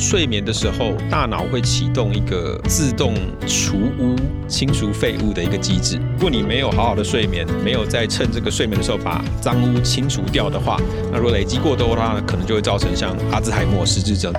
睡眠的时候，大脑会启动一个自动除污、清除废物的一个机制。如果你没有好好的睡眠，没有在趁这个睡眠的时候把脏污清除掉的话，那如果累积过多的话，可能就会造成像阿兹海默失智症。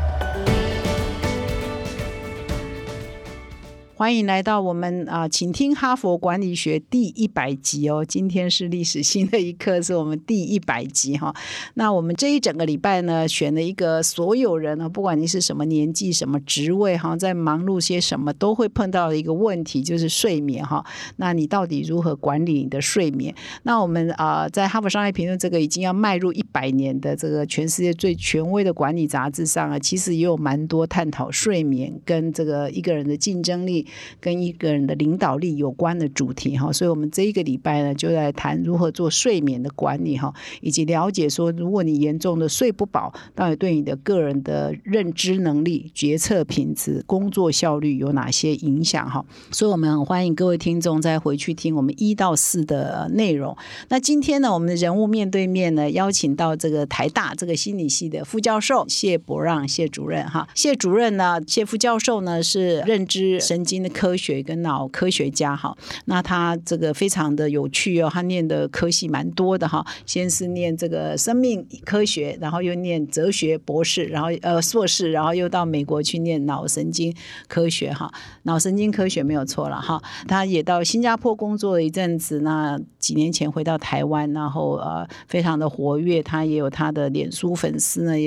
欢迎来到我们请听哈佛管理学第100集哦。今天是历史新的一课，是我们第100集哈。那我们这一整个礼拜呢，选了一个所有人呢，不管你是什么年纪、什么职位哈，在忙碌些什么，都会碰到的一个问题，就是睡眠哈。那你到底如何管理你的睡眠？那我们在哈佛商业评论这个已经要迈入100年的这个全世界最权威的管理杂志上啊，其实也有蛮多探讨睡眠跟这个一个人的竞争力跟一个人的领导力有关的主题哈，所以我们这一个礼拜呢，就来谈如何做睡眠的管理哈，以及了解说，如果你严重的睡不饱，到底对你的个人的认知能力、决策品质、工作效率有哪些影响哈？所以我们很欢迎各位听众再回去听我们1到4的内容。那今天呢，我们的人物面对面呢，邀请到这个台大这个心理系的副教授谢伯让谢主任哈。谢主任呢，谢副教授呢是认知神经的科学跟脑科学家哈，那他这个非常的有趣哦，他念的科系蛮多的哈，先是念这个生命科学，然后又念哲学博士，然后硕士，然后又到美国去念脑神经科学哈，脑神经科学没有错了哈。他也到新加坡工作了一阵子，那几年前回到台湾，然后非常的活跃，他也有他的脸书粉丝呢，也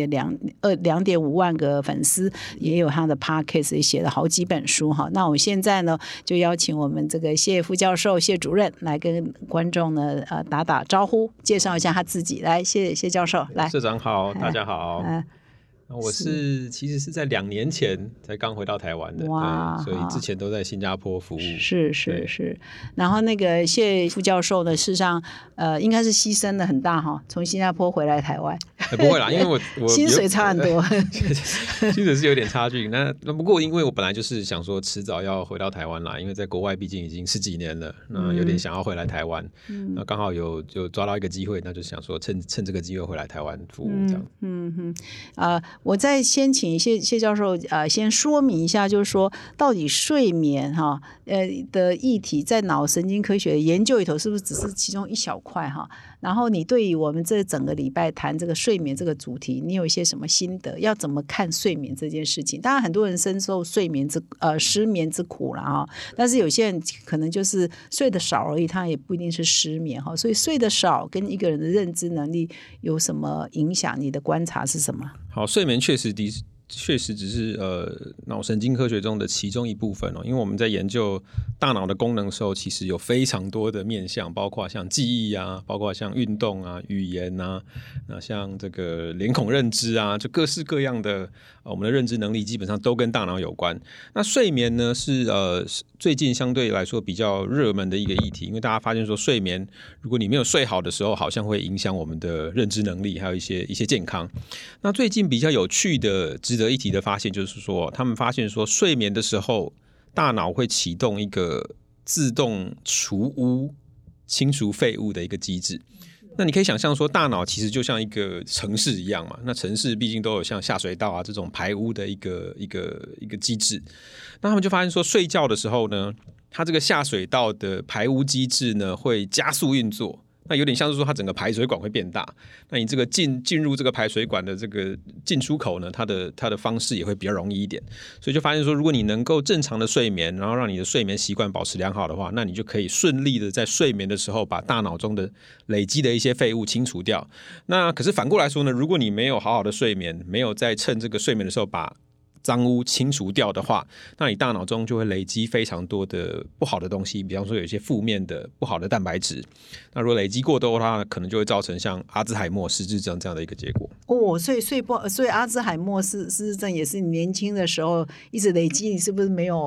2.5万个粉丝，也有他的 podcast 也写了好几本书哈。那我们现在呢，就邀请我们这个谢副教授谢主任来跟观众呢打打招呼，介绍一下他自己。来，谢教授来。 社长好，大家好。我其实是在2年前才刚回到台湾的，哇，所以之前都在新加坡服务。 是。然后那个谢副教授呢，事实上应该是牺牲的很大哈，从新加坡回来台湾。 不会啦，因为我薪水差很多， 薪水是有点差距。那不过因为我本来就是想说迟早要回到台湾啦，因为在国外毕竟已经10几年了，那有点想要回来台湾。那刚好就抓到一个机会，那就想说趁这个机会回来台湾服务这样。 我再先请谢教授先说明一下，就是说到底睡眠的议题在脑神经科学的研究里头是不是只是其中一小块哈？然后你对于我们这整个礼拜谈这个睡眠这个主题，你有一些什么心得？要怎么看睡眠这件事情？当然很多人深受失眠之苦了哈，但是有些人可能就是睡得少而已，他也不一定是失眠哈。所以睡得少跟一个人的认知能力有什么影响？你的观察是什么？ 好，睡眠确实只是脑神经科学中的其中一部分哦。因为我们在研究大脑的功能的时候，其实有非常多的面向，包括像记忆啊，包括像运动啊、语言啊，那像这个脸孔认知啊，就各式各样的我们的认知能力基本上都跟大脑有关。那睡眠呢是最近相对来说比较热门的一个议题，因为大家发现说睡眠如果你没有睡好的时候，好像会影响我们的认知能力，还有一些健康。那最近比较有趣的值得一提的发现就是说，他们发现说睡眠的时候，大脑会启动一个自动除污、清除废物的一个机制。那你可以想象说，大脑其实就像一个城市一样嘛。那城市毕竟都有像下水道啊这种排污的一个机制。那他们就发现说，睡觉的时候呢，它这个下水道的排污机制呢会加速运作。那有点像是说它整个排水管会变大，那你这个进入这个排水管的这个进出口呢，它的方式也会比较容易一点。所以就发现说，如果你能够正常的睡眠，然后让你的睡眠习惯保持良好的话，那你就可以顺利的在睡眠的时候把大脑中的累积的一些废物清除掉。那可是反过来说呢，如果你没有好好的睡眠，没有在趁这个睡眠的时候把脏污清除掉的话，那你大脑中就会累积非常多的不好的东西，比方说有一些负面的不好的蛋白质。那如果累积过多的话，可能就会造成像阿兹海默失智症这样的一个结果。 所以阿兹海默失智症也是你年轻的时候一直累积，你是不是没有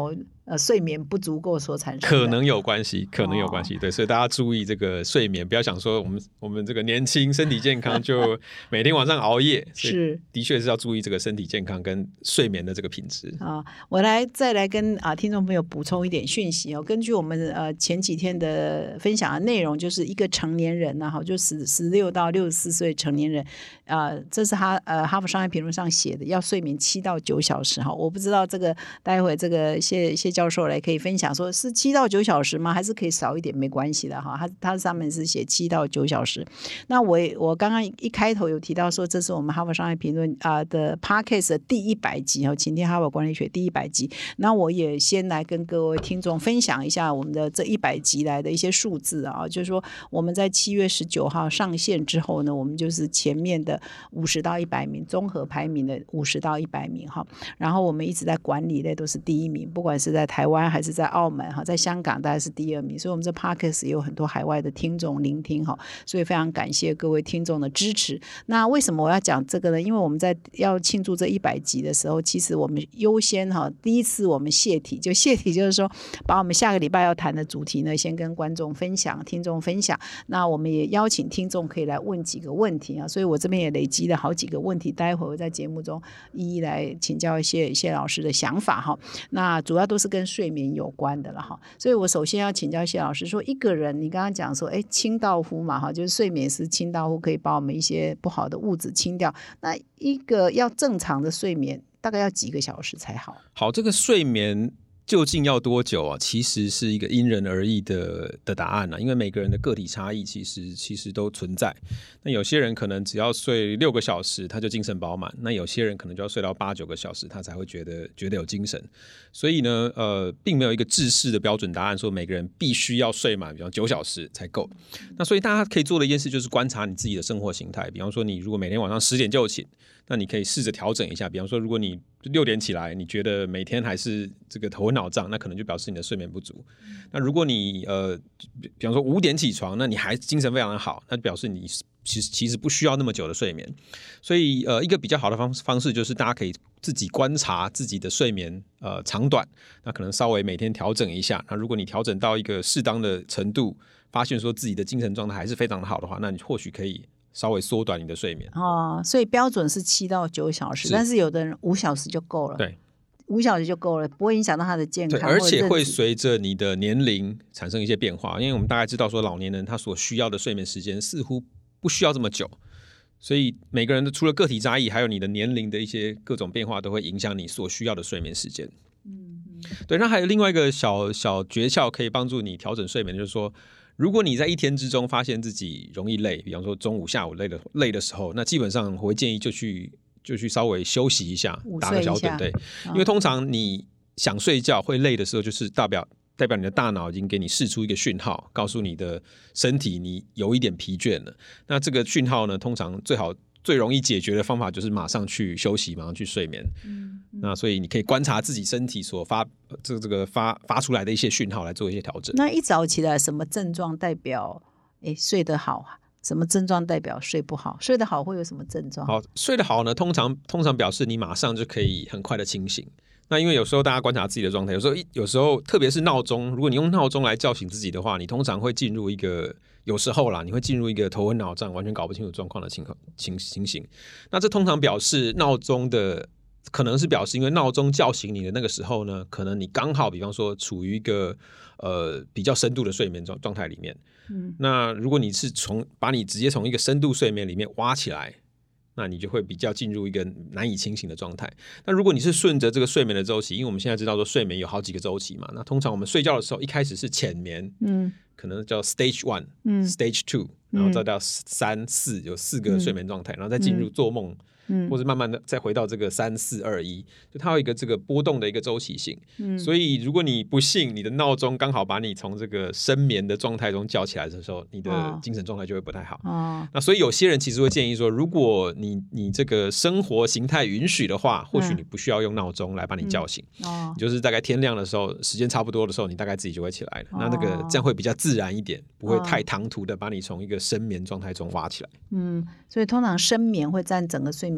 睡眠不足够所产生的， 可能有关系，可能有关系，对，所以大家注意这个睡眠，不要想说我们这个年轻身体健康就每天晚上熬夜，是的确是要注意这个身体健康跟睡眠的这个品质啊。我再来跟听众朋友补充一点讯息哦，根据我们前几天的分享的内容，就是一个成年人呢，就16到64岁成年人，这是哈佛商业评论上写的，要睡眠7到9小时哈。我不知道这个待会这个谢教授来可以分享，说是7到9小时吗？还是可以少一点没关系的哈？他上面是写7到9小时。那我刚刚一开头有提到说，这是我们哈佛商业评论的 Podcast 的第100集哦，请听哈佛管理学第100集。那我也先来跟各位听众分享一下我们的这100集来的一些数字啊，就是说我们在7月19号上线之后呢，我们就是前面的50到100名综合排名的50到100名哈，然后我们一直在管理类都是第1名，不管是在台湾还是在澳门哈，在香港大概是第2名，所以我们这 Podcast 也有很多海外的听众聆听哈，所以非常感谢各位听众的支持。那为什么我要讲这个呢？因为我们在要庆祝这100集的时候，其实我们优先第一次我们谢题就是说把我们下个礼拜要谈的主题呢先跟观众分享听众分享，那我们也邀请听众可以来问几个问题啊，所以我这边也累积了好几个问题，待会我在节目中一一来请教谢老师的想法哈。那主要都是跟睡眠有关的了哈，所以我首先要请教谢老师说，一个人你刚刚讲说清道夫嘛哈，就是睡眠是清道夫，可以把我们一些不好的物质清掉，那一个要正常的睡眠大概要几个小时才好？ 好，这个睡眠究竟要多久啊？其实是一个因人而异的答案啊，因为每个人的个体差异其实都存在。那有些人可能只要睡6个小时他就精神饱满，那有些人可能就要睡到8、9个小时他才会觉得有精神。所以呢，并没有一个制式的标准答案说每个人必须要睡满，比方9小时才够。那所以大家可以做的一件事就是观察你自己的生活形态，比方说你如果每天晚上10点就寝，那你可以试着调整一下，比方说如果你6点起来，你觉得每天还是这个头昏脑胀，那可能就表示你的睡眠不足。那如果你比方说5点起床，那你还精神非常的好，那就表示你其实不需要那么久的睡眠。所以一个比较好的方式就是大家可以自己观察自己的睡眠长短，那可能稍微每天调整一下。那如果你调整到一个适当的程度，发现说自己的精神状态还是非常的好的话，那你或许可以稍微缩短你的睡眠所以标准是7到9小时，但是有的人5小时就够了。 对 ，5小时就够了，不会影响到他的健康， 而且会随着你的年龄产生一些变化。因为我们大概知道说老年人他所需要的睡眠时间似乎不需要这么久，所以每个人的除了个体差异，还有你的年龄的一些各种变化都会影响你所需要的睡眠时间。对，那还有另外一个小诀窍可以帮助你调整睡眠，就是说如果你在一天之中发现自己容易累，比方说中午下午累的时候，那基本上我会建议就去稍微休息一下，打个小盹。对，因为通常你想睡觉会累的时候，就是代表你的大脑已经给你释出一个讯号，告诉你的身体你有一点疲倦了。那这个讯号呢，通常最容易解决的方法就是马上去休息，马上去睡眠。那所以你可以观察自己身体所发出来的一些讯号来做一些调整。 那一早起来什么症状代表睡得好，什么症状代表睡不好？睡得好会有什么症状？ 好，睡得好呢，通常表示你马上就可以很快的清醒。那因为有时候大家观察自己的状态，有时候特别是闹钟，如果你用闹钟来叫醒自己的话，你通常会进入一个有时候啦，你会进入一个头昏脑胀、完全搞不清楚状况的情形。那这通常表示闹钟的可能是表示，因为闹钟叫醒你的那个时候呢，可能你刚好比方说处于一个比较深度的睡眠状态里面。那如果你是把你直接从一个深度睡眠里面挖起来，那你就会比较进入一个难以清醒的状态。那如果你是顺着这个睡眠的周期，因为我们现在知道说睡眠有好几个周期嘛，那通常我们睡觉的时候一开始是浅眠，可能叫 Stage 1、Stage 2，然后再到3、4，有4个睡眠状态，然后再进入做梦。或者慢慢的再回到这个3、4、2、1，就它有一个这个波动的一个周期性。所以如果你不幸你的闹钟刚好把你从这个深眠的状态中叫起来的时候，你的精神状态就会不太好。那所以有些人其实会建议说，如果你这个生活形态允许的话，或许你不需要用闹钟来把你叫醒，你就是大概天亮的时候，时间差不多的时候，你大概自己就会起来了。那个这样会比较自然一点，不会太唐突的把你从一个深眠状态中挖起来。 所以通常深眠会占整个睡眠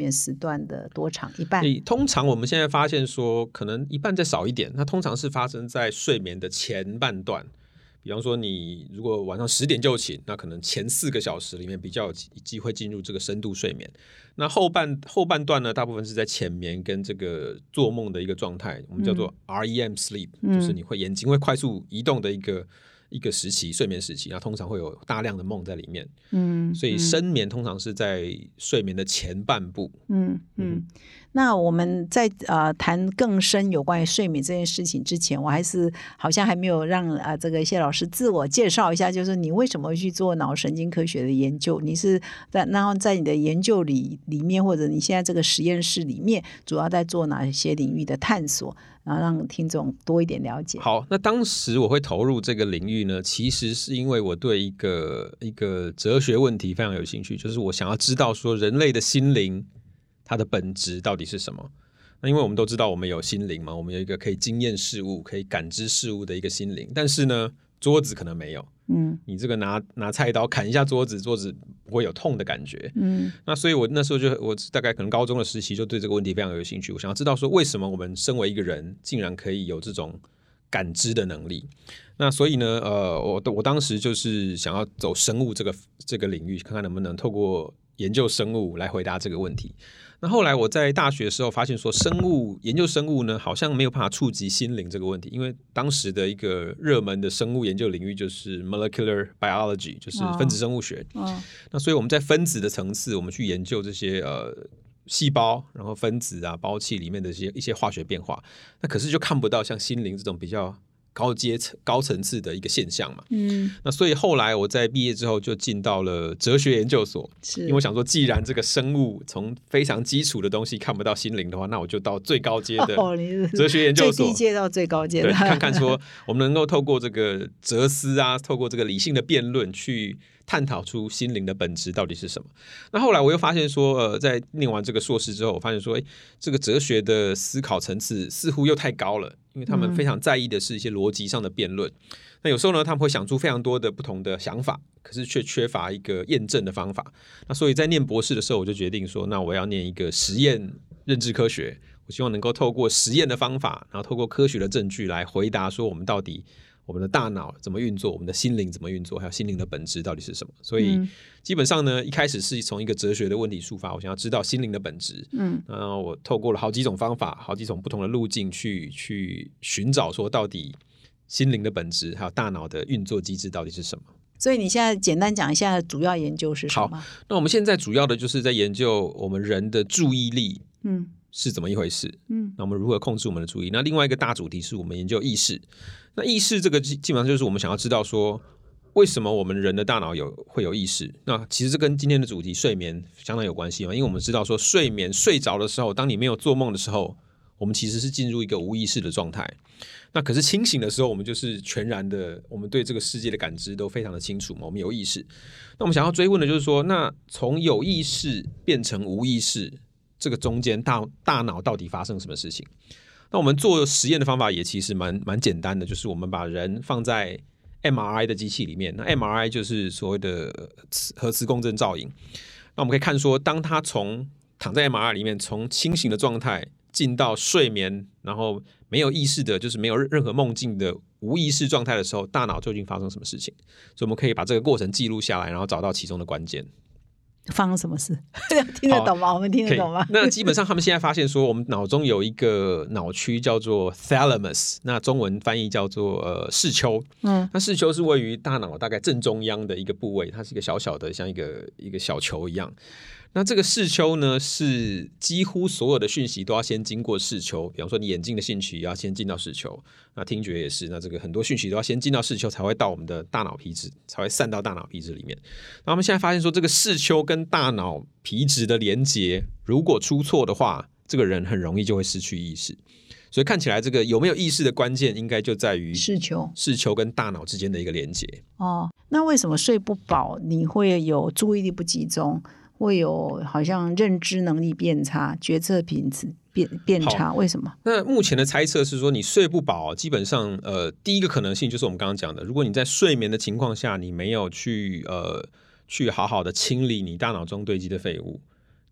眠时段的多长？一半？ 通常我们现在发现说，可能一半再少一点。那通常是发生在睡眠的前半段。比方说，你如果晚上10点就寝，那可能前4个小时里面比较有机会进入这个深度睡眠。那后半段呢，大部分是在浅眠跟这个做梦的一个状态，我们叫做 REM sleep，就是你眼睛会快速移动的一个时期，睡眠时期，然后通常会有大量的梦在里面。所以深眠通常是在睡眠的前半部。 那我们在谈更深有关于睡眠这件事情之前，我好像还没有让这个谢老师自我介绍一下，就是你为什么会去做脑神经科学的研究？你是然后在你的研究里面，或者你现在这个实验室里面，主要在做哪些领域的探索？然后让听众多一点了解。 好，那当时我会投入这个领域呢，其实是因为我对一个哲学问题非常有兴趣，就是我想要知道说人类的心灵它的本质到底是什么。那因为我们都知道我们有心灵嘛，我们有一个可以经验事物、可以感知事物的一个心灵，但是呢，桌子可能没有。你这个拿菜刀砍一下桌子不会有痛的感觉。那所以我那时候我大概可能高中的时期就对这个问题非常有兴趣，我想要知道说为什么我们身为一个人竟然可以有这种感知的能力。那所以呢我当时就是想要走生物这个领域，看看能不能透过研究生物来回答这个问题。那后来我在大学的时候发现说，研究生物呢好像没有办法触及心灵这个问题，因为当时的一个热门的生物研究领域就是 molecular biology， 就是分子生物学。那所以我们在分子的层次，我们去研究这些细胞，然后分子啊、胞器里面的一些化学变化，那可是就看不到像心灵这种比较高层次的一个现象嘛。那所以后来我在毕业之后就进到了哲学研究所，因为我想说既然这个生物从非常基础的东西看不到心灵的话，那我就到最高阶的哲学研究所， 最低阶到最高阶的， 对，看看说我们能够透过这个哲思啊，透过这个理性的辩论去探讨出心灵的本质到底是什么。那后来我又发现说在念完这个硕士之后，我发现说这个哲学的思考层次似乎又太高了，因为他们非常在意的是一些逻辑上的辩论。那有时候呢，他们会想出非常多的不同的想法，可是却缺乏一个验证的方法。那所以在念博士的时候，我就决定说，那我要念一个实验认知科学，我希望能够透过实验的方法，然后透过科学的证据来回答说我们到底我们的大脑怎么运作，我们的心灵怎么运作，还有心灵的本质到底是什么。所以基本上呢，一开始是从一个哲学的问题出发，我想要知道心灵的本质。然后我透过了好几种方法，好几种不同的路径去寻找说到底心灵的本质还有大脑的运作机制到底是什么。 所以你现在简单讲一下主要研究是什么？ 好，那我们现在主要的就是在研究我们人的注意力是怎么一回事。那我们如何控制我们的注意力？那另外一个大主题是我们研究意识。那意识这个基本上就是我们想要知道说为什么我们人的大脑会有意识。那其实这跟今天的主题睡眠相当有关系嘛，因为我们知道说睡着的时候，当你没有做梦的时候，我们其实是进入一个无意识的状态。那可是清醒的时候，我们就是全然的，我们对这个世界的感知都非常的清楚嘛，我们有意识。那我们想要追问的就是说，那从有意识变成无意识，这个中间大脑到底发生什么事情？那我们做实验的方法也其实蛮简单的，就是我们把人放在 MRI 的机器里面。那 MRI 就是所谓的核磁共振造影。那我们可以看说，当他躺在 MRI 里面，从清醒的状态进到睡眠，然后没有意识的，就是没有任何梦境的无意识状态的时候，大脑究竟发生什么事情？所以我们可以把这个过程记录下来，然后找到其中的关键。 发生什么事？听得懂吗？我们听得懂吗？ 那基本上他们现在发现说，我们脑中有一个脑区叫做 thalamus， 那中文翻译叫做视丘。那视丘是位于大脑大概正中央的一个部位，它是一个小小的像一个小球一样。那这个视丘呢，是几乎所有的讯息都要先经过视丘，比方说你眼睛的讯息要先进到视丘，那听觉也是，那这个很多讯息都要先进到视丘才会到我们的大脑皮质，才会散到大脑皮质里面。那我们现在发现说，这个视丘跟大脑皮质的连接如果出错的话，这个人很容易就会失去意识。所以看起来这个有没有意识的关键应该就在于视丘跟大脑之间的一个连接。 那为什么睡不饱你会有注意力不集中，会有好像认知能力变差，决策品质变差？为什么？ 那目前的猜测是说，你睡不饱基本上第一个可能性就是我们刚刚讲的，如果你在睡眠的情况下，你没有去好好的清理你大脑中堆积的废物，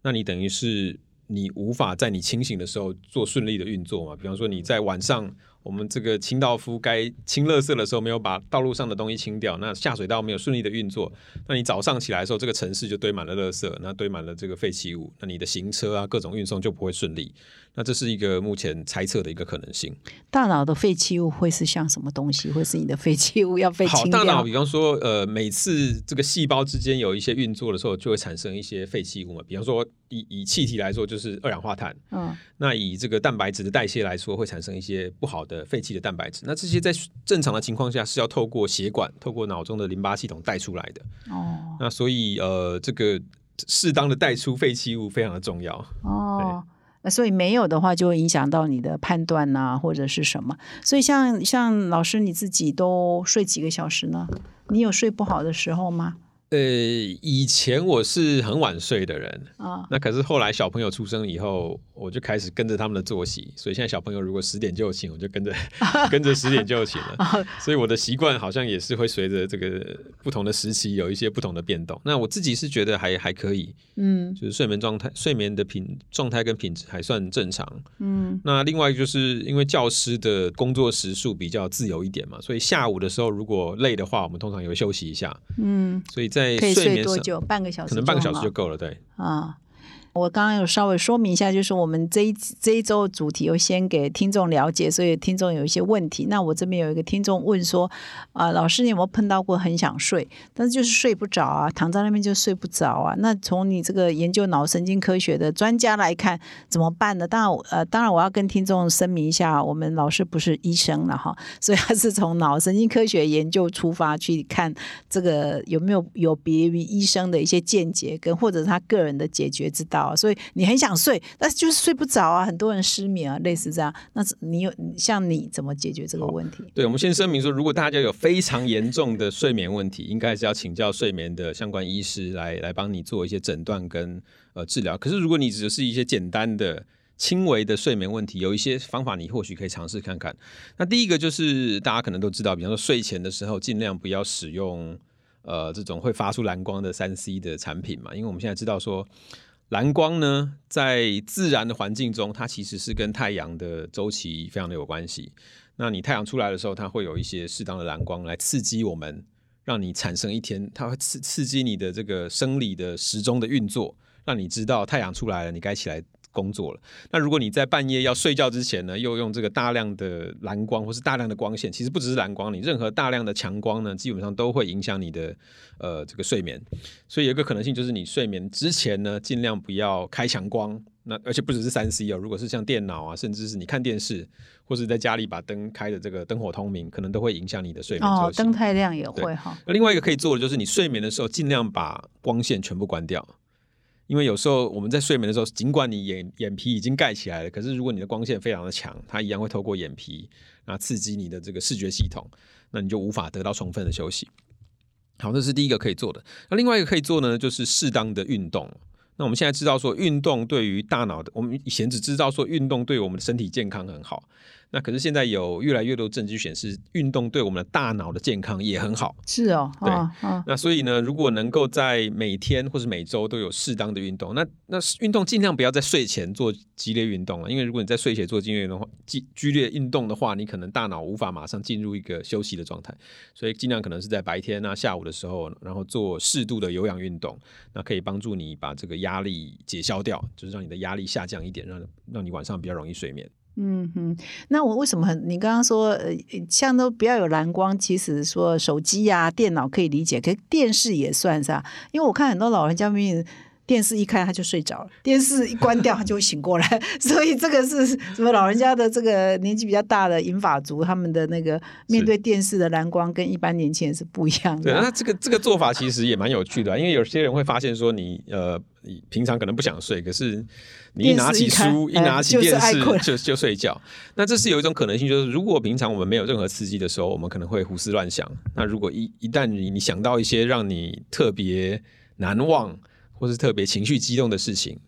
那你等于是你无法在你清醒的时候做顺利的运作嘛。比方说你在晚上我们这个清道夫该清垃圾的时候没有把道路上的东西清掉，那下水道没有顺利的运作，那你早上起来的时候这个城市就堆满了垃圾，那堆满了这个废弃物，那你的行车啊各种运送就不会顺利。那这是一个目前猜测的一个可能性。 大脑的废弃物会是像什么东西？会是你的废弃物要被清掉？ 好，大脑比方说每次这个细胞之间有一些运作的时候就会产生一些废弃物嘛。比方说以气体来说就是二氧化碳，那以这个蛋白质的代谢来说会产生一些不好的废弃的蛋白质，那这些在正常的情况下是要透过血管透过脑中的淋巴系统带出来的。那所以这个适当的带出废弃物非常的重要。 所以没有的话就会影响到你的判断啊或者是什么。所以像老师你自己都睡几个小时呢？你有睡不好的时候吗？ 以前我是很晚睡的人那可是后来小朋友出生以后，我就开始跟着他们的作息，所以现在小朋友如果10点就寝，我就跟着10点就寝了所以我的习惯好像也是会随着这个不同的时期有一些不同的变动。那我自己是觉得还可以，就是睡眠的状态跟品质还算正常。那另外就是因为教师的工作时数比较自由一点嘛，所以下午的时候如果累的话，我们通常也会休息一下。所以在可以睡多久？半个小时？ 可能半个小时就够了。对我刚刚有稍微说明一下，就是我们这一周的主题有先给听众了解，所以听众有一些问题。那我这边有一个听众问说老师你有没有碰到过很想睡但是就是睡不着啊，躺在那边就睡不着啊？那从你这个研究脑神经科学的专家来看怎么办呢？当然我要跟听众声明一下，我们老师不是医生了哈，所以他是从脑神经科学研究出发去看这个有别于医生的一些见解跟或者他个人的解决之道。所以你很想睡但是就是睡不着啊，很多人失眠啊，类似这样。那像你怎么解决这个问题？ 对，我们先声明说，如果大家有非常严重的睡眠问题，应该是要请教睡眠的相关医师来帮你做一些诊断跟治疗。可是如果你只是一些简单的轻微的睡眠问题，有一些方法你或许可以尝试看看。那第一个就是大家可能都知道，比方说睡前的时候尽量不要使用这种会发出蓝光的3C 的产品嘛，因为我们现在知道说蓝光呢在自然的环境中它其实是跟太阳的周期非常的有关系。那你太阳出来的时候，它会有一些适当的蓝光来刺激我们，让你产生一天，它会刺激你的这个生理的时钟的运作，让你知道太阳出来了，你该起来工作了。那如果你在半夜要睡觉之前呢，又用这个大量的蓝光或是大量的光线，其实不只是蓝光，你任何大量的强光呢，基本上都会影响你的这个睡眠。所以有一个可能性就是你睡眠之前呢，尽量不要开强光。那而且不只是3C 如果是像电脑啊，甚至是你看电视或是在家里把灯开的这个灯火通明，可能都会影响你的睡眠周期。 灯太亮也会哈。 另外一个可以做的就是你睡眠的时候尽量把光线全部关掉。因为有时候我们在睡眠的时候，尽管你眼皮已经盖起来了，可是如果你的光线非常的强，它一样会透过眼皮刺激你的这个视觉系统，那你就无法得到充分的休息。好，这是第一个可以做的。那另外一个可以做呢，就是适当的运动。那我们现在知道说运动对于大脑的，我们以前只知道说运动对我们的身体健康很好，那可是现在有越来越多证据显示运动对我们的大脑的健康也很好。 是哦， 对那所以呢，如果能够在每天或是每周都有适当的运动，那运动尽量不要在睡前做激烈运动了，因为如果你在睡前做激烈运动的话，你可能大脑无法马上进入一个休息的状态，所以尽量可能是在白天下午的时候，然后做适度的有氧运动，那可以帮助你把这个压力解消掉，就是让你的压力下降一点，让你晚上比较容易睡眠。 那我为什么你刚刚说像都不要有蓝光，其实说手机电脑可以理解，可是电视也算是因为我看很多老人家明明电视一开他就睡着了，电视一关掉他就会醒过来所以这个是什么老人家的这个年纪比较大的银发族，他们的那个面对电视的蓝光跟一般年轻人是不一样的。 对，那这个做法其实也蛮有趣的因为有些人会发现说你平常可能不想睡，可是你一拿起书一拿起电视就睡觉。那这是有一种可能性，就是如果平常我们没有任何刺激的时候，我们可能会胡思乱想，那如果一旦你想到一些让你特别难忘或是特别情绪激动的事情，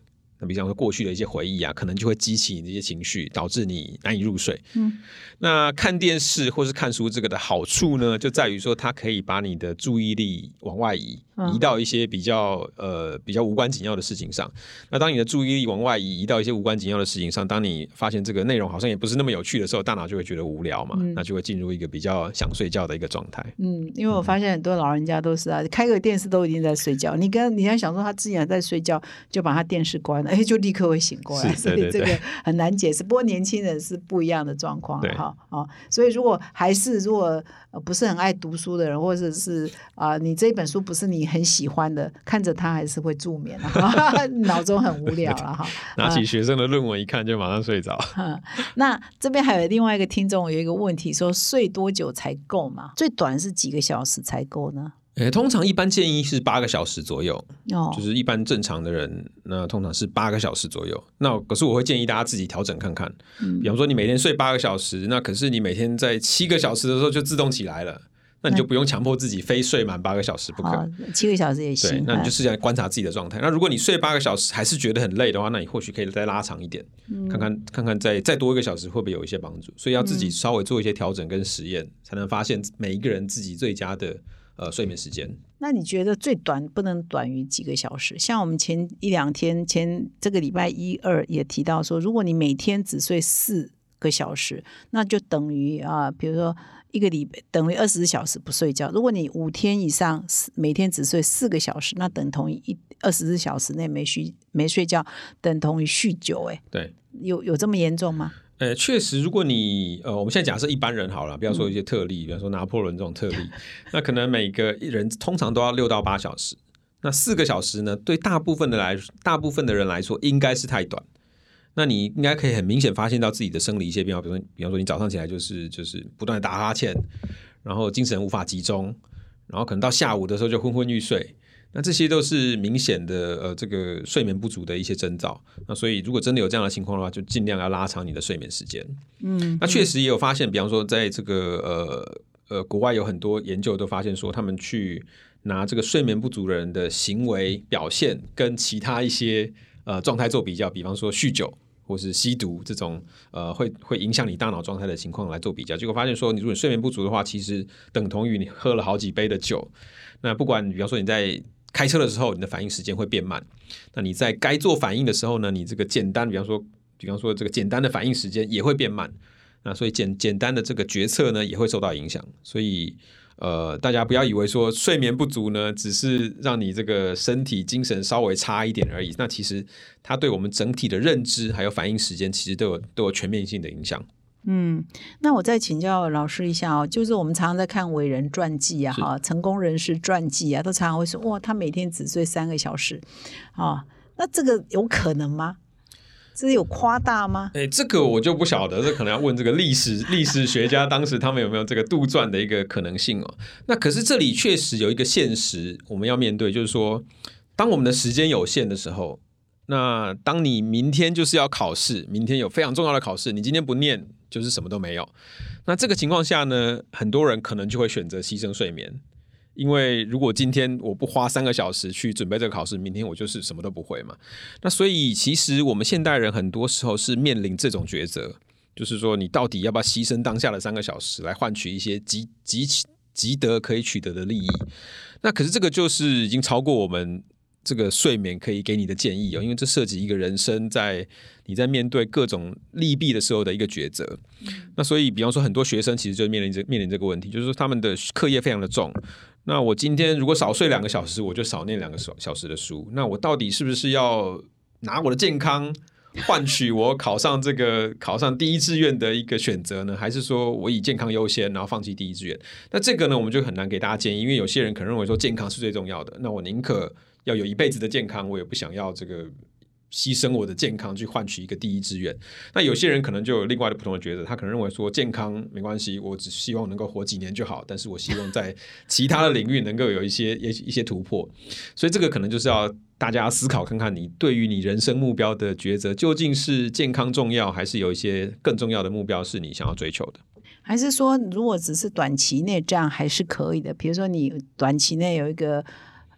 那比方说过去的一些回忆啊，可能就会激起你的一些情绪，导致你难以入睡。那看电视或是看书这个的好处呢，就在于说它可以把你的注意力往外移到一些比较无关紧要的事情上。那当你的注意力往外移到一些无关紧要的事情上，当你发现这个内容好像也不是那么有趣的时候，大脑就会觉得无聊嘛，那就会进入一个比较想睡觉的一个状态。 因为我发现很多老人家都是啊，开个电视都已经在睡觉，你要想说他之前还在睡觉，就把他电视关了，就立刻会醒过来，所以这个很难解释。不过年轻人是不一样的状况哈。所以如果不是很爱读书的人，或者是你这一本书不是你很喜欢的，看着它还是会助眠脑中很无聊了哈。 拿起学生的论文一看就马上睡着。 那这边还有另外一个听众有一个问题说，睡多久才够嘛？最短是几个小时才够呢？ 通常一般建议是8个小时左右，就是一般正常的人，那通常是8个小时左右。那可是我会建议大家自己调整看看，比方说你每天睡8个小时，那可是你每天在7个小时的时候就自动起来了，那你就不用强迫自己非睡满8个小时不可。 7个小时也行。 对，那你就试着观察自己的状态。那如果你睡8个小时还是觉得很累的话，那你或许可以再拉长一点，看看再多1个小时会不会有一些帮助。所以要自己稍微做一些调整跟实验，才能发现每一个人自己最佳的睡眠时间。 那你觉得最短不能短于几个小时？像我们前1-2天这个礼拜1、2也提到说，如果你每天只睡4个小时，那就等于比如说一个礼拜等于24小时不睡觉。如果你5天以上每天只睡4个小时，那等同于24小时内没睡觉，等同于酗酒。 对， 有这么严重吗？ 确实，如果你我们现在假设一般人好了，不要说一些特例，比方说拿破仑这种特例，那可能每个人通常都要6到8小时。那4个小时呢，对大部分的人来说应该是太短。那你应该可以很明显发现到自己的生理一些变化，比方说你早上起来就是不断的打哈欠，然后精神无法集中，然后可能到下午的时候就昏昏欲睡。那这些都是明显的这个睡眠不足的一些征兆。那所以如果真的有这样的情况的话，就尽量要拉长你的睡眠时间。那确实也有发现，比方说在这个国外有很多研究都发现说，他们去拿这个睡眠不足的人的行为表现跟其他一些状态做比较，比方说酗酒或是吸毒这种会影响你大脑状态的情况来做比较，结果发现说，如果你睡眠不足的话，其实等同于你喝了好几杯的酒。那不管比方说你在开车的时候，你的反应时间会变慢。那你在该做反应的时候呢，你这个简单，比方说这个简单的反应时间也会变慢。那所以简单的这个决策呢，也会受到影响。所以大家不要以为说睡眠不足呢，只是让你这个身体精神稍微差一点而已。那其实它对我们整体的认知还有反应时间，其实都有全面性的影响。 那我再请教老师一下就是我们常常在看伟人传记成功人士传记都常常会说，哇，他每天只睡3个小时那这个有可能吗？这有夸大吗？ 这个我就不晓得，这可能要问这个历史学家，当时他们有没有这个杜撰的一个可能性那可是这里确实有一个现实我们要面对，就是说，当我们的时间有限的时候，那当你明天就是要考试，明天有非常重要的考试，你今天不念就是什么都没有。那这个情况下呢，很多人可能就会选择牺牲睡眠。因为如果今天我不花3个小时去准备这个考试，明天我就是什么都不会嘛。那所以其实我们现代人很多时候是面临这种抉择，就是说你到底要不要牺牲当下的3个小时来换取一些即得可以取得的利益。那可是这个就是已经超过我们这个睡眠可以给你的建议因为这涉及一个人生你在面对各种利弊的时候的一个抉择。那所以比方说很多学生其实就面临这个问题，就是说他们的课业非常的重，那我今天如果少睡2个小时，我就少念2个小时的书，那我到底是不是要拿我的健康换取我考上第一志愿的一个选择呢？还是说我以健康优先，然后放弃第一志愿？那这个呢，我们就很难给大家建议，因为有些人可能认为说健康是最重要的，那我宁可要有一辈子的健康，我也不想要这个牺牲我的健康去换取一个第一志愿。那有些人可能就有另外的不同的抉择，他可能认为说健康没关系，我只希望能够活几年就好，但是我希望在其他的领域能够有一些突破。所以这个可能就是要大家思考看看，你对于你人生目标的抉择究竟是健康重要，还是有一些更重要的目标是你想要追求的？ 还是说如果只是短期内这样还是可以的？比如说你短期内有一个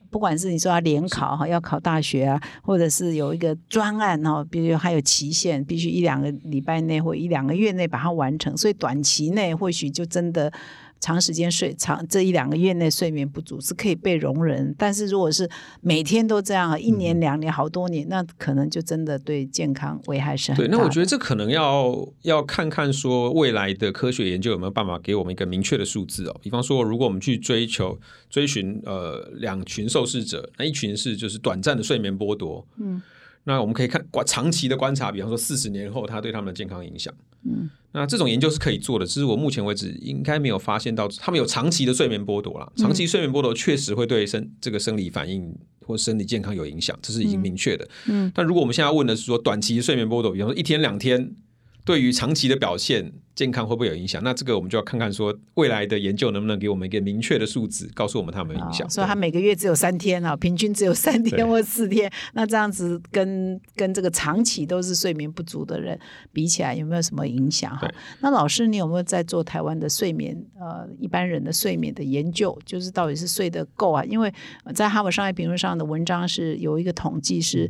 不管是你说要联考要考大学啊，或者是有一个专案比如还有期限，必须1-2个礼拜内或1-2个月内把它完成，所以短期内或许就真的长时间这1-2个月内睡眠不足是可以被容忍，但是如果是每天都这样1年2年好多年，那可能就真的对健康危害是很大的。 对，那我觉得这可能要看看说未来的科学研究有没有办法给我们一个明确的数字比方说如果我们去追寻2群受试者，那一群是就是短暂的睡眠剥夺，那我们可以看长期的观察，比方说40年后它对他们的健康影响。那这种研究是可以做的，只是我目前为止应该没有发现到他们有长期的睡眠剥夺啦。长期睡眠剥夺确实会对这个生理反应或生理健康有影响，这是已经明确的。但如果我们现在问的是说短期睡眠剥夺，比方说1天2天，对于长期的表现健康会不会有影响，那这个我们就要看看说未来的研究能不能给我们一个明确的数字告诉我们它有没有影响。 所以它每个月只有3天平均只有3天或4天，那这样子跟这个长期都是睡眠不足的人比起来有没有什么影响？那老师你有没有在做台湾的睡眠一般人的睡眠的研究，就是到底是睡得够啊？因为在哈佛商业评论上的文章是有一个统计是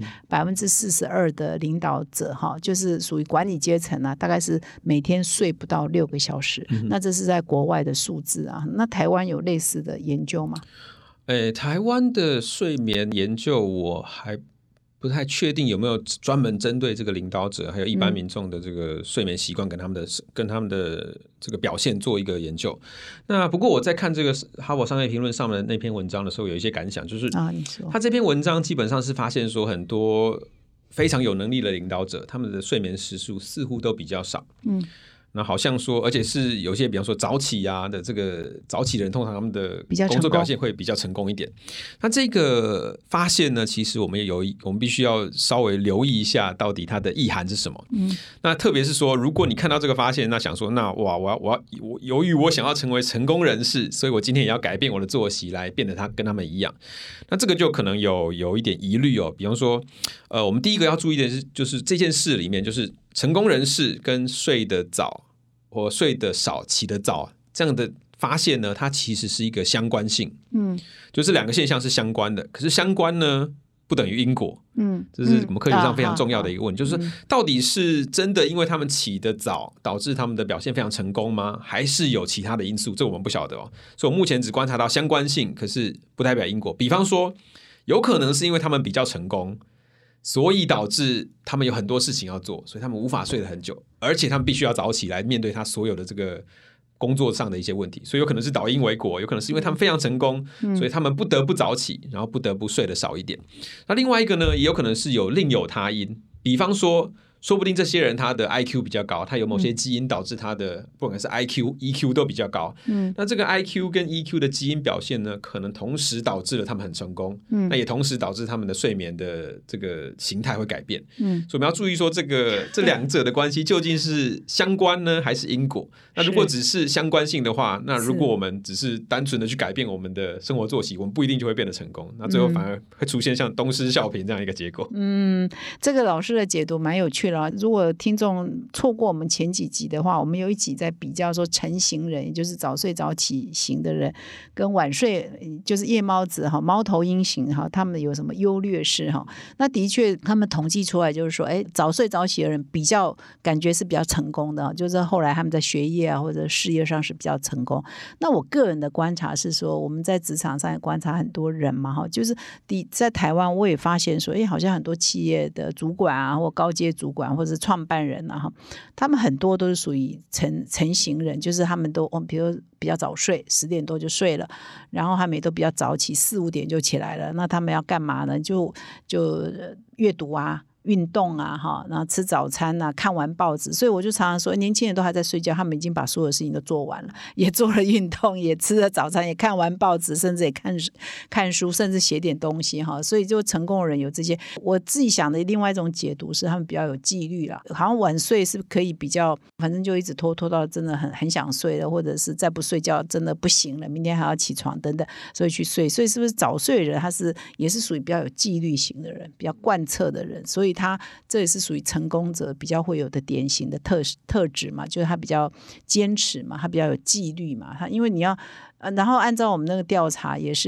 42%的领导者就是属于管理阶层大概是每天睡不到6个小时，那这是在国外的数字那台湾有类似的研究吗？ 台湾的睡眠研究我还不太确定有没有专门针对这个领导者还有一般民众的这个睡眠习惯跟他们的这个表现做一个研究。那不过我在看这个哈佛商业评论上面的那篇文章的时候有一些感想，就是他这篇文章基本上是发现说很多非常有能力的领导者他们的睡眠时数似乎都比较少。那好像说而且是有些比方说早起的这个早起的人通常他们的工作表现会比较成功一点。那这个发现呢其实我们必须要稍微留意一下到底它的意涵是什么。那特别是说如果你看到这个发现，那想说那由于我想要成为成功人士，所以我今天也要改变我的作息来变得跟他们一样，那这个就可能有一点疑虑比方说我们第一个要注意的是就是这件事里面就是成功人士跟睡得早或睡得少起得早这样的发现呢，它其实是一个相关性。就是2个现象是相关的，可是相关呢不等于因果。这是我们科学上非常重要的一个问题，就是到底是真的因为他们起得早导致他们的表现非常成功吗？还是有其他的因素？这我们不晓得所以我目前只观察到相关性，可是不代表因果。比方说有可能是因为他们比较成功，所以导致他们有很多事情要做，所以他们无法睡得很久，而且他们必须要早起来面对他所有的这个工作上的一些问题，所以有可能是倒因为果，有可能是因为他们非常成功，所以他们不得不早起，然后不得不睡得少一点。那另外一个呢，也有可能是另有他因，比方说不定这些人他的 IQ 比较高，他有某些基因导致他的不管是 IQ、EQ 都比较高。那这个 IQ 跟 EQ 的基因表现呢，可能同时导致了他们很成功，那也同时导致他们的睡眠的这个形态会改变。所以我们要注意说这两者的关系究竟是相关呢，还是因果？那如果只是相关性的话，那如果我们只是单纯的去改变我们的生活作息，我们不一定就会变得成功，那最后反而会出现像东施效颦这样一个结果。 这个老师的解读蛮有趣的如果听众错过我们前几集的话，我们有一集在比较说晨型人，也就是早睡早起型的人跟晚睡就是夜猫子猫头鹰型他们有什么优劣势那的确他们统计出来就是说早睡早起的人比较感觉是比较成功的就是后来他们在学业或者事业上是比较成功。那我个人的观察是说，我们在职场上也观察很多人嘛就是在台湾我也发现说好像很多企业的主管或高阶主管或者是创办人他们很多都是属于成型人，就是他们都比如比较早睡，10点多就睡了，然后他们也都比较早起，4、5点就起来了。那他们要干嘛呢？就阅读运动然后吃早餐看完报纸。所以我就常常说年轻人都还在睡觉，他们已经把所有事情都做完了，也做了运动，也吃了早餐，也看完报纸，甚至也看书，甚至写点东西所以就成功的人有这些。我自己想的另外一种解读是他们比较有纪律啦，好像晚睡是可以比较反正就一直拖到真的很想睡了，或者是再不睡觉真的不行了，明天还要起床等等，所以去睡。所以是不是早睡的人他也是属于比较有纪律型的人，比较贯彻的人，所以这也是属于成功者比较会有的典型的特质嘛，就是他比较坚持嘛，他比较有纪律嘛，因为你要然后按照我们那个调查也是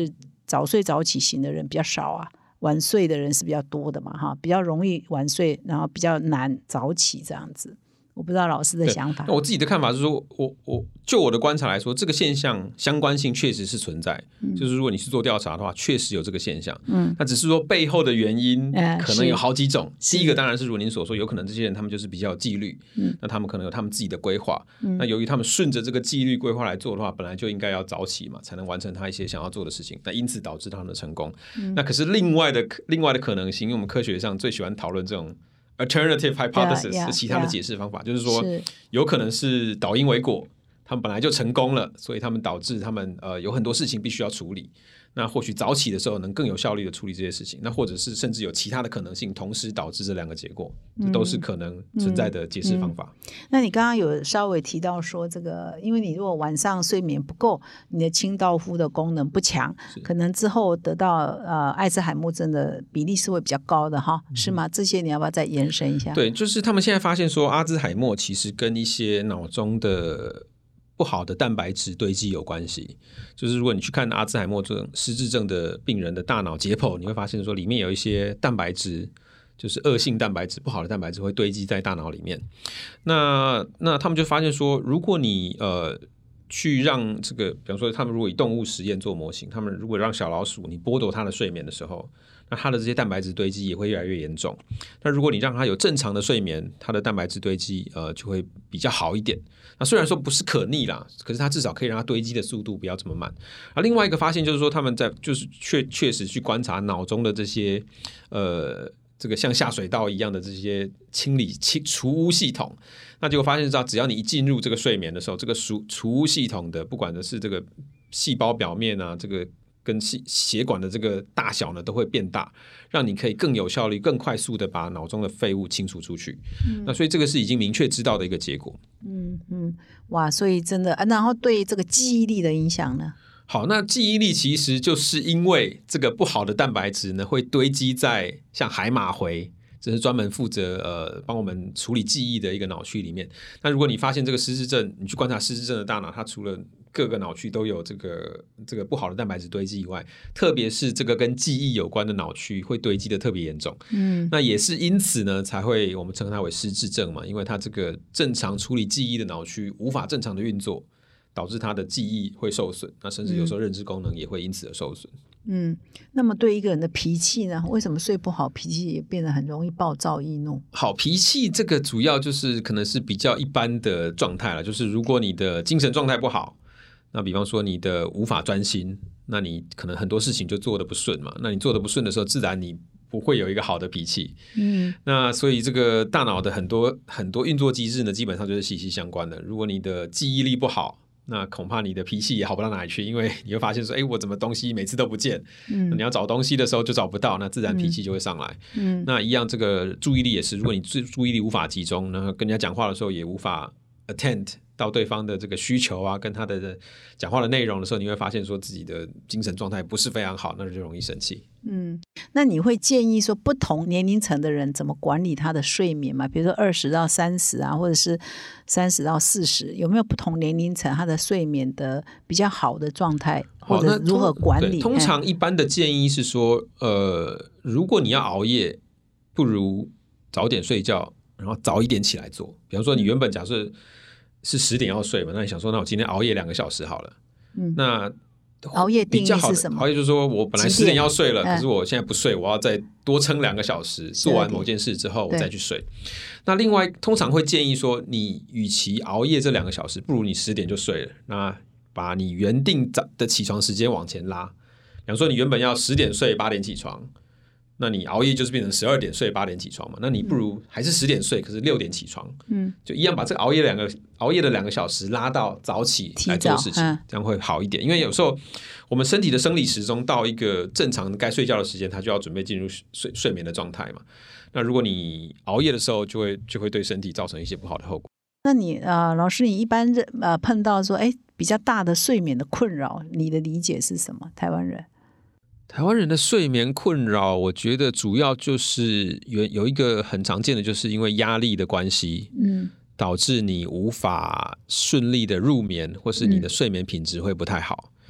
早睡早起型的人比较少啊，晚睡的人是比较多的嘛哈，比较容易晚睡，然后比较难早起这样子。我不知道老师的想法。 我自己的看法是说，就我的观察来说，这个现象相关性确实是存在，就是如果你是做调查的话，确实有这个现象。那只是说背后的原因可能有好几种。第一个当然是如您所说，有可能这些人他们就是比较有纪律，那他们可能有他们自己的规划。那由于他们顺着这个纪律规划来做的话，本来就应该要早起嘛，才能完成他一些想要做的事情。那因此导致他们的成功。那可是另外的可能性，因为我们科学上最喜欢讨论这种alternative hypothesis 是其他的解释方法，就是说有可能是导因为果，他们本来就成功了，所以他们导致他们有很多事情必须要处理。那或许早起的时候能更有效率的处理这些事情，那或者是甚至有其他的可能性同时导致这两个结果，这都是可能存在的解释方法。 那你刚刚有稍微提到说这个，因为你如果晚上睡眠不够，你的清道夫的功能不强，可能之后得到艾滋海默症的比例是会比较高的哈，是吗？这些你要不要再延伸一下？ 对，就是他们现在发现说阿兹海默其实跟一些脑中的不好的蛋白质堆积有关系，就是如果你去看阿兹海默症失智症的病人的大脑解剖，你会发现说里面有一些蛋白质，就是恶性蛋白质、不好的蛋白质会堆积在大脑里面。那他们就发现说，如果你去让这个，比方说他们如果以动物实验做模型，他们如果让小老鼠你剥夺它的睡眠的时候，那它的这些蛋白质堆积也会越来越严重。那如果你让它有正常的睡眠，它的蛋白质堆积就会比较好一点。那虽然说不是可逆啦，可是它至少可以让它堆积的速度不要这么慢。另外一个发现就是说，他们在就是确实去观察脑中的这些这个像下水道一样的这些除污系统，那结果发现只要你一进入这个睡眠的时候，这个除污系统的不管的是这个细胞表面啊，这个跟血管的这个大小呢都会变大，让你可以更有效率、更快速的把脑中的废物清除出去。那所以这个是已经明确知道的一个结果。 哇，所以真的然后对这个记忆力的影响呢？ 好，那记忆力其实就是因为这个不好的蛋白质呢会堆积在像海马回，这是专门负责帮我们处理记忆的一个脑区里面。那如果你发现这个失智症，你去观察失智症的大脑，它除了各个脑区都有这个不好的蛋白质堆积以外，特别是这个跟记忆有关的脑区会堆积的特别严重。那也是因此呢才会我们称它为失智症嘛，因为它这个正常处理记忆的脑区无法正常的运作，导致他的记忆会受损，那甚至有时候认知功能也会因此而受损。 那么对一个人的脾气呢？为什么睡不好，脾气也变得很容易暴躁易怒？ 好，脾气这个主要就是可能是比较一般的状态了，就是如果你的精神状态不好，那比方说你的无法专心，那你可能很多事情就做得不顺嘛，那你做得不顺的时候，自然你不会有一个好的脾气。那所以这个大脑的很多运作机制呢，基本上就是息息相关的。如果你的记忆力不好，那恐怕你的脾气也好不到哪里去，因为你会发现说，我怎么东西每次都不见？你要找东西的时候就找不到，那自然脾气就会上来。那一样，这个注意力也是，如果你注意力无法集中，然后跟人家讲话的时候也无法 attend 到对方的这个需求啊，跟他的讲话的内容的时候，你会发现说自己的精神状态不是非常好，那就容易生气。 那你会建议说不同年龄层的人怎么管理他的睡眠吗？比如说20到30啊，或者是30到40，有没有不同年龄层他的睡眠的比较好的状态，或者如何管理？ 通常一般的建议是说，如果你要熬夜，不如早点睡觉，然后早一点起来做。比方说，你原本假设是10点要睡嘛，那你想说，那我今天熬夜2个小时好了。那熬夜定义是什么？ 熬夜就是说我本来10点要睡了，可是我现在不睡，我要再多撑2个小时，做完某件事之后我再去睡。那另外通常会建议说，你与其熬夜这2个小时，不如你10点就睡了，那把你原定的起床时间往前拉。比方说你原本要10点睡8点起床，那你熬夜就是变成12点睡8点起床嘛，那你不如还是10点睡，可是6点起床，就一样把这个熬夜的2个小时拉到早起来做事情，这样会好一点。因为有时候我们身体的生理时钟到一个正常该睡觉的时间，它就要准备进入睡眠的状态嘛。那如果你熬夜的时候，就会对身体造成一些不好的后果。 那你老师，你一般碰到说比较大的睡眠的困扰，你的理解是什么？台湾人的睡眠困扰，我觉得主要就是有一个很常见的，就是因为压力的关系，导致你无法顺利的入眠，或是你的睡眠品质会不太好。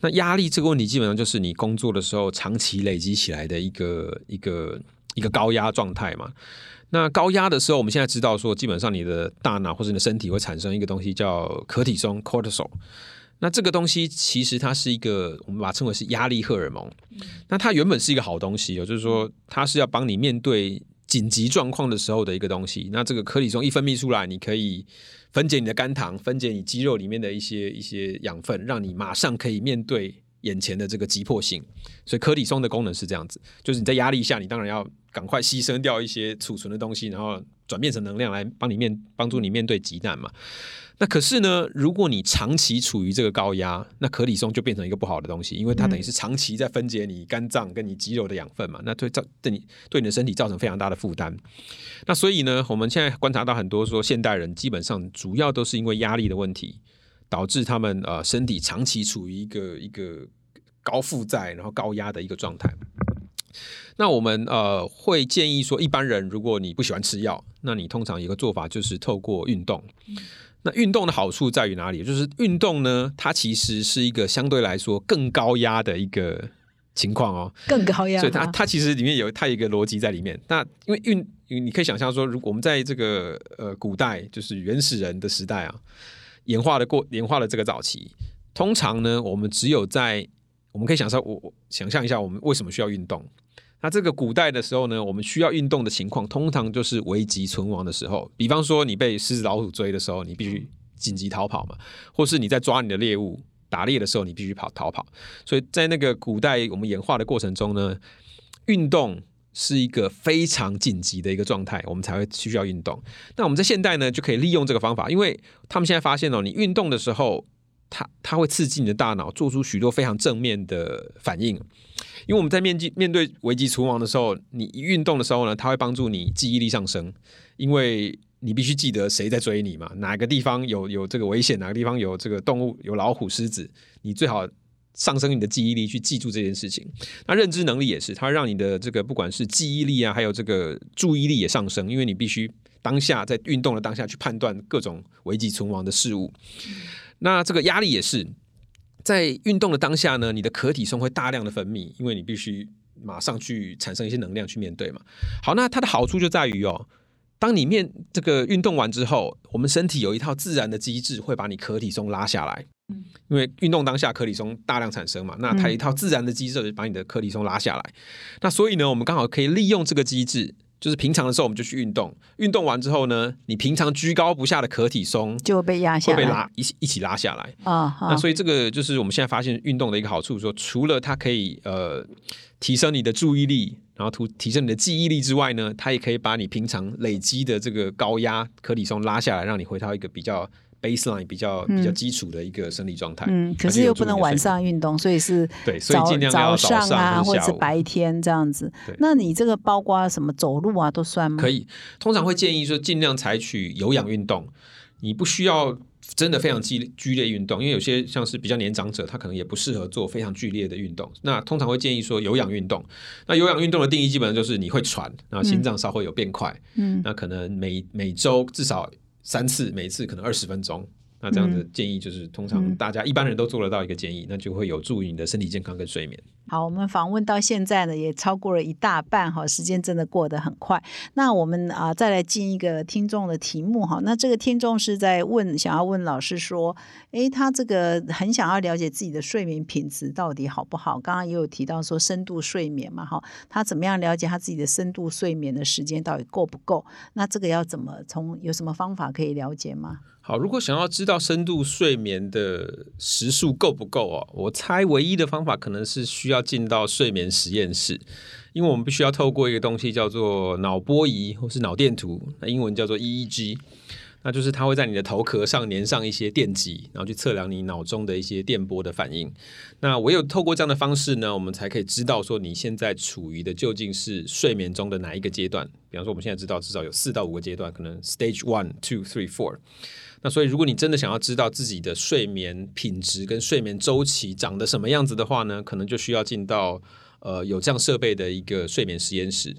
那压力这个问题基本上就是你工作的时候长期累积起来的一个高压状态嘛。那高压的时候，我们现在知道说，基本上你的大脑或者你的身体会产生一个东西叫可体松 （cortisol）。那这个东西其实它是一个，我们把它称为是压力荷尔蒙。那它原本是一个好东西就是说它是要帮你面对紧急状况的时候的一个东西。那这个可体松一分泌出来，你可以分解你的肝糖，分解你肌肉里面的一些养分，让你马上可以面对眼前的这个急迫性。所以可体松的功能是这样子，就是你在压力下，你当然要赶快牺牲掉一些储存的东西，然后转变成能量来帮助你面对急难嘛。那可是呢，如果你长期处于这个高压，那可体松就变成一个不好的东西，因为它等于是长期在分解你肝脏跟你肌肉的养分嘛，那对你的身体造成非常大的负担。那所以呢，我们现在观察到很多说现代人基本上主要都是因为压力的问题，导致他们身体长期处于一个高负载然后高压的一个状态。那我们会建议说，一般人如果你不喜欢吃药，那你通常有个做法就是透过运动。那运动的好处在于哪里？就是运动呢，它其实是一个相对来说更高压的一个情况哦， 更高压， 所以它其实里面它有一个逻辑在里面。那因为你可以想象说，如果我们在这个古代，就是原始人的时代啊，演化的这个早期，通常呢，我们可以想象一下，我们为什么需要运动？那这个古代的时候呢，我们需要运动的情况，通常就是危急存亡的时候。比方说，你被狮子老虎追的时候，你必须紧急逃跑嘛；或是你在抓你的猎物打猎的时候，你必须逃跑。所以在那个古代我们演化的过程中呢，运动是一个非常紧急的一个状态，我们才会需要运动。那我们在现代呢，就可以利用这个方法，因为他们现在发现你运动的时候，它会刺激你的大脑做出许多非常正面的反应。因为我们在面对危急存亡的时候，你一运动的时候呢，它会帮助你记忆力上升，因为你必须记得谁在追你嘛，哪个地方有这个危险，哪个地方有这个动物，有老虎、狮子，你最好上升你的记忆力去记住这件事情。那认知能力也是，它让你的这个不管是记忆力啊，还有这个注意力也上升，因为你必须当下在运动的当下去判断各种危急存亡的事物。那这个压力也是。在运动的当下呢，你的可体松会大量的分泌，因为你必须马上去产生一些能量去面对嘛。好，那它的好处就在于当你这个运动完之后，我们身体有一套自然的机制会把你可体松拉下来。因为运动当下可体松大量产生嘛，那它有一套自然的机制把你的可体松拉下来。那所以呢，我们刚好可以利用这个机制。就是平常的时候我们就去运动，运动完之后呢，你平常居高不下的可体松就会被压下来， 会被一起拉下来那所以这个就是我们现在发现运动的一个好处，说除了它可以提升你的注意力，然后提升你的记忆力之外呢，它也可以把你平常累积的这个高压可体松拉下来，让你回到一个比较baseline 比较基础的一个生理状态。 可是又不能晚上运动，所以是对，所以尽量要早上啊，或者是白天这样子。那你这个包括什么走路啊都算吗？ 可以，通常会建议说尽量采取有氧运动，你不需要真的非常剧烈运动，因为有些像是比较年长者，他可能也不适合做非常剧烈的运动。那通常会建议说有氧运动。那有氧运动的定义基本上就是你会喘，然后心脏稍微有变快。那可能每周至少3次，每次可能20分钟。那这样的建议就是通常大家一般人都做得到一个建议，那就会有助于你的身体健康跟睡眠。 好，我们访问到现在呢，也超过了一大半哈，时间真的过得很快。那我们再来进一个听众的题目哈。那这个听众是在想要问老师说，他这个很想要了解自己的睡眠品质到底好不好？刚刚也有提到说深度睡眠嘛哈，他怎么样了解他自己的深度睡眠的时间到底够不够？那这个要怎么有什么方法可以了解吗？ 好，如果想要知道深度睡眠的时数够不够我猜唯一的方法可能是需要进到睡眠实验室，因为我们必须要透过一个东西叫做脑波仪或是脑电图，那英文叫做 EEG， 那就是它会在你的头壳上粘上一些电极，然后去测量你脑中的一些电波的反应。那唯有透过这样的方式呢，我们才可以知道说你现在处于的究竟是睡眠中的哪一个阶段。比方说我们现在知道至少有4到5个阶段，可能 Stage 1, 2, 3, 4。那所以如果你真的想要知道自己的睡眠品质跟睡眠周期长得什么样子的话呢，可能就需要进到有这样设备的一个睡眠实验室。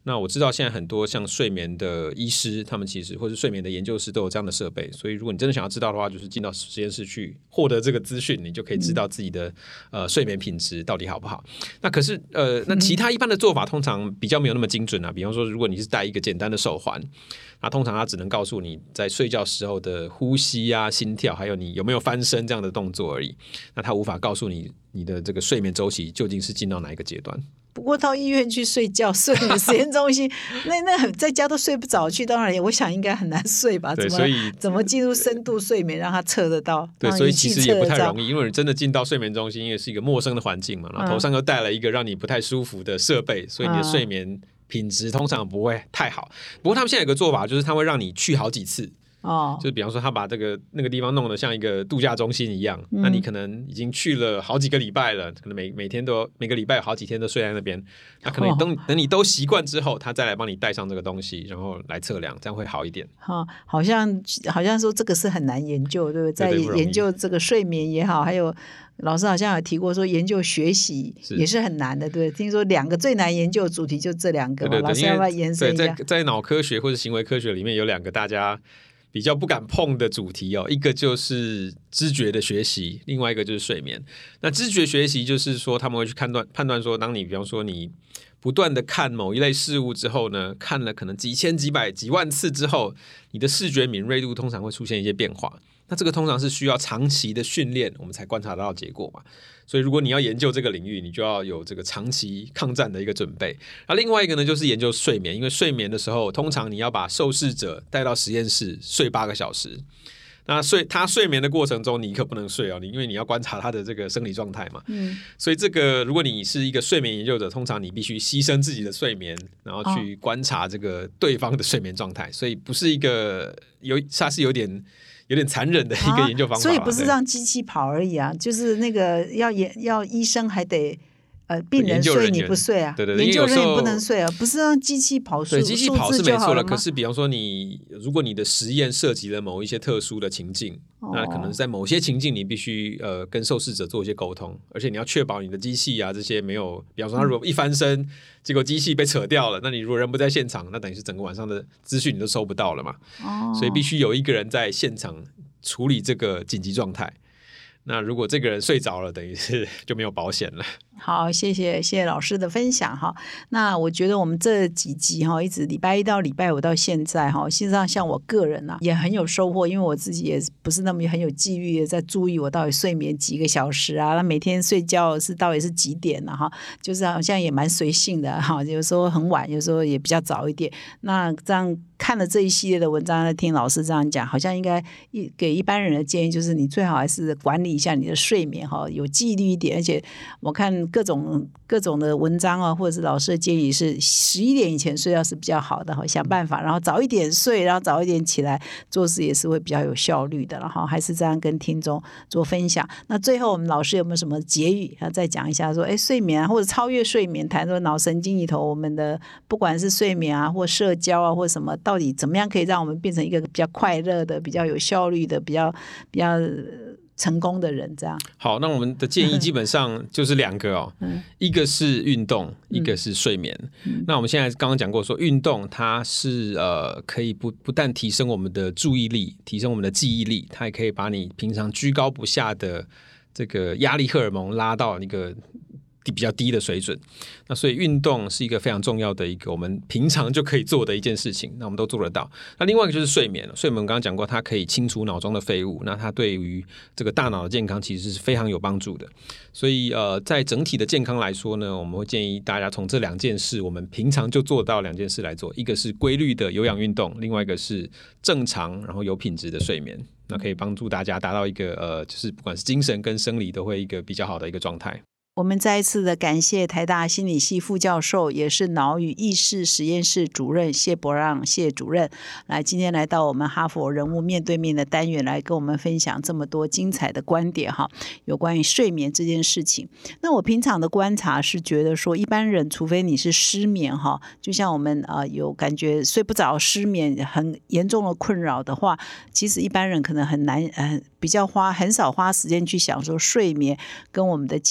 那我知道现在很多像睡眠的医师，他们其实或是睡眠的研究室都有这样的设备，所以如果你真的想要知道的话，就是进到实验室去获得这个资讯，你就可以知道自己的睡眠品质到底好不好。那可是那其他一般的做法通常比较没有那么精准啊。比方说，如果你是戴一个简单的手环，那通常它只能告诉你在睡觉时候的呼吸啊、心跳，还有你有没有翻身这样的动作而已。那它无法告诉你的这个睡眠周期究竟是进到哪一个阶段。 不过到医院去睡觉，睡眠实验中心，那在家都睡不着去，当然我想应该很难睡吧？ 对，所以怎么进入深度睡眠，让他测得到？ 对，所以其实也不太容易，因为你真的进到睡眠中心，因为是一个陌生的环境嘛，然后头上又戴了一个让你不太舒服的设备，所以你的睡眠品质通常不会太好。不过他们现在有个做法，就是他会让你去好几次。就是比方说他把那个地方弄得像一个度假中心一样，那你可能已经去了好几个礼拜了，可能每个礼拜有好几天都睡在那边，那可能等你都习惯之后，他再来帮你带上这个东西，然后来测量，这样会好一点。 好像说这个是很难研究，对不对？在研究这个睡眠也好，还有老师好像有提过说研究学习也是很难的，对？听说2个最难研究的主题就这2个， 对， 老师要不要延伸一下？ 在脑科学或者行为科学里面有2个大家比较不敢碰的主题一个就是知觉的学习，另外一个就是睡眠。那知觉学习就是说他们会去判断说，当你比方说你不断的看某一类事物之后呢，看了可能几千几百几万次之后，你的视觉敏锐度通常会出现一些变化。那这个通常是需要长期的训练我们才观察到结果嘛，所以如果你要研究这个领域，你就要有这个长期抗战的一个准备。那另外一个呢，就是研究睡眠，因为睡眠的时候通常你要把受试者带到实验室睡8个小时，那他睡眠的过程中你可不能睡因为你要观察他的这个生理状态嘛。所以这个如果你是一个睡眠研究者，通常你必须牺牲自己的睡眠，然后去观察这个对方的睡眠状态，所以不是一个它是有点残忍的一个研究方法， 所以不是让机器跑而已啊，就是那个要医生还得病人睡你不睡啊， 对， 研究人员不能睡啊，不是让机器跑数， 对，机器跑是没错了。 可是比方说如果你的实验涉及了某一些特殊的情境，那可能在某些情境你必须跟受试者做一些沟通，而且你要确保你的机器啊这些没有，比方说他如果一翻身，结果机器被扯掉了，那你如果人不在现场，那等于是整个晚上的资讯你都收不到了嘛。所以必须有一个人在现场处理这个紧急状态。那如果这个人睡着了，等于是就没有保险了。 好，谢谢老师的分享哈。那我觉得我们这几集一直礼拜1到礼拜5到现在事实上像我个人也很有收获，因为我自己也不是那么很有纪律的在注意我到底睡眠几个小时啊，那每天睡觉到底是几点就是好像也蛮随性的有时候很晚，有时候也比较早一点。那这样看了这一系列的文章，听老师这样讲，好像应该给一般人的建议就是你最好还是管理一下你的睡眠有纪律一点。而且我看各种的文章或者是老师的建议是11点以前睡觉是比较好的想办法，然后早一点睡，然后早一点起来做事也是会比较有效率的，然后还是这样跟听众做分享。那最后我们老师有没有什么结语再讲一下说睡眠或者超越睡眠，谈说脑神经里头我们的不管是睡眠或社交或什么，到底怎么样可以让我们变成一个比较快乐的、比较有效率的、比较成功的人这样。 好，那我们的建议基本上就是2个一个是运动，一个是睡眠。那我们现在刚刚讲过说运动它是可以不但提升我们的注意力，提升我们的记忆力，它也可以把你平常居高不下的这个压力荷尔蒙拉到一个比较低的水准。那所以运动是一个非常重要的一个我们平常就可以做的一件事情，那我们都做得到。那另外一个就是睡眠，睡眠我们刚刚讲过，它可以清除脑中的废物，那它对于这个大脑的健康其实是非常有帮助的。所以在整体的健康来说呢，我们会建议大家从这2件事我们平常就做到2件事来做，一个是规律的有氧运动，另外一个是正常然后有品质的睡眠，那可以帮助大家达到一个就是不管是精神跟生理都会一个比较好的一个状态。 我们再一次的感谢台大心理系副教授，也是脑与意识实验室主任谢伯让谢主任，今天来到我们哈佛人物面对面的单元，来跟我们分享这么多精彩的观点有关于睡眠这件事情。那我平常的观察是觉得说，一般人除非你是失眠就像我们有感觉睡不着、失眠很严重的困扰的话，其实一般人可能很难很少花时间去想说睡眠跟我们的健康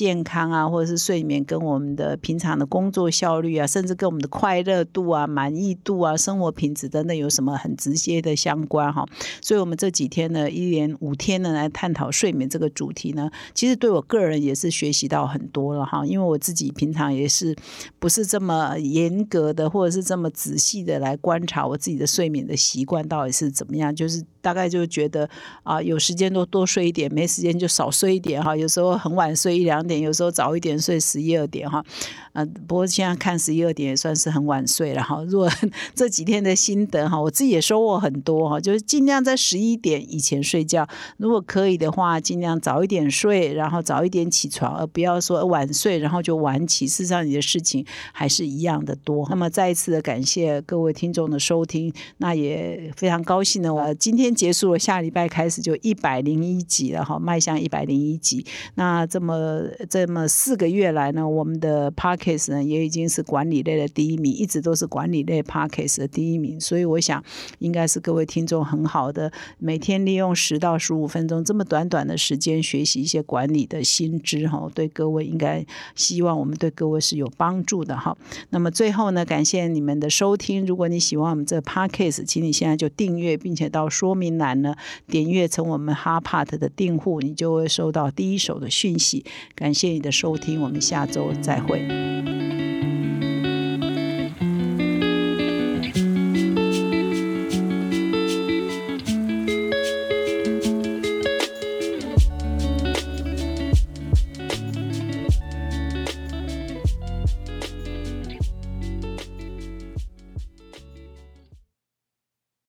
康啊，或者是睡眠跟我们的平常的工作效率啊，甚至跟我们的快乐度啊、满意度啊、生活品质等等有什么很直接的相关哈。所以我们这几天呢，一连5天呢来探讨睡眠这个主题呢，其实对我个人也是学习到很多了哈。因为我自己平常也是不是这么严格的，或者是这么仔细的来观察我自己的睡眠的习惯到底是怎么样，就是大概就觉得有时间多睡一点，没时间就少睡一点哈。有时候很晚睡1、2点，有时候早一点睡11、2点哈。不过现在看11、2点也算是很晚睡了哈。如果这几天的心得哈，我自己也收获很多哈，就是尽量在11点以前睡觉，如果可以的话，尽量早一点睡，然后早一点起床，而不要说晚睡然后就晚起，事实上你的事情还是一样的多。那么再一次的感谢各位听众的收听，那也非常高兴呢，我今天结束了，下礼拜开始就101集了哈，迈向101集。那这么4个月来呢，我们的 Podcast 呢也已经是管理类的第1名，一直都是管理类 Podcast 的第1名，所以我想应该是各位听众很好的，每天利用10到15分钟这么短的时间学习一些管理的新知哈，对各位应该希望我们对各位是有帮助的哈。那么最后呢，感谢你们的收听，如果你喜欢我们这个 Podcast， 请你现在就订阅，并且到说明栏呢点阅成我们 HeartPod 的订户，你就会收到第一手的讯息。感谢你的收听，我们下周再会。